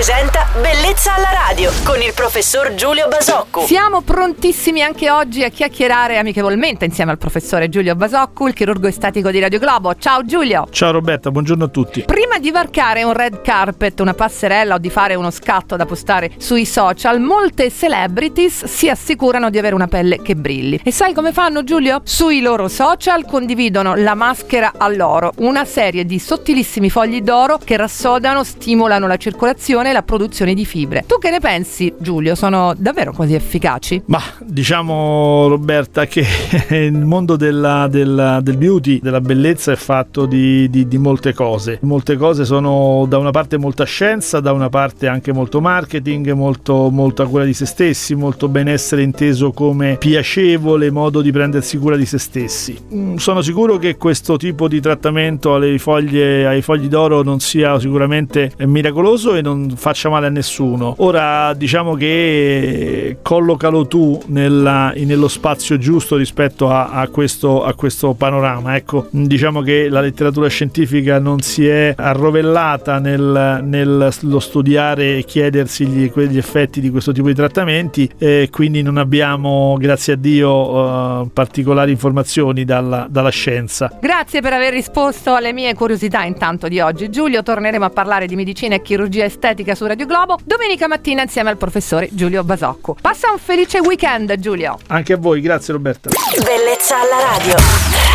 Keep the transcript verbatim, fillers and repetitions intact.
presenta Bellezza alla radio con il professor Giulio Basoccu. Siamo prontissimi anche oggi a chiacchierare amichevolmente insieme al professore Giulio Basoccu, il chirurgo estetico di Radio Globo. Ciao Giulio. Ciao Roberta, buongiorno a tutti. Prima di varcare un red carpet, una passerella o di fare uno scatto da postare sui social, molte celebrities si assicurano di avere una pelle che brilli. E sai come fanno, Giulio? Sui loro social condividono la maschera all'oro, una serie di sottilissimi fogli d'oro che rassodano, stimolano la circolazione e la produzione di fibre. Tu che ne pensi, Giulio? Sono davvero così efficaci? Ma diciamo, Roberta, che il mondo della, della, del beauty, della bellezza è fatto di, di, di molte cose. Molte cose sono da una parte molta scienza, da una parte anche molto marketing, molto, molta cura di se stessi, molto benessere inteso come piacevole modo di prendersi cura di se stessi. Sono sicuro che questo tipo di trattamento alle foglie, ai fogli d'oro non sia sicuramente miracoloso e non faccia male a nessuno. Ora diciamo che collocalo tu nella, nello spazio giusto rispetto a, a, questo, a questo panorama. Ecco, diciamo che la letteratura scientifica non si è arrovellata nel, nello studiare e chiedersi gli, quegli effetti di questo tipo di trattamenti, e quindi non abbiamo, grazie a Dio, uh, particolari informazioni dalla, dalla scienza. Grazie per aver risposto alle mie curiosità intanto di oggi, Giulio. Torneremo a parlare di medicina e chirurgia estetica su Radio Globo domenica mattina insieme al professore Giulio Basoccu. Passa un felice weekend, Giulio. Anche a voi, grazie Roberta. Bellezza alla radio.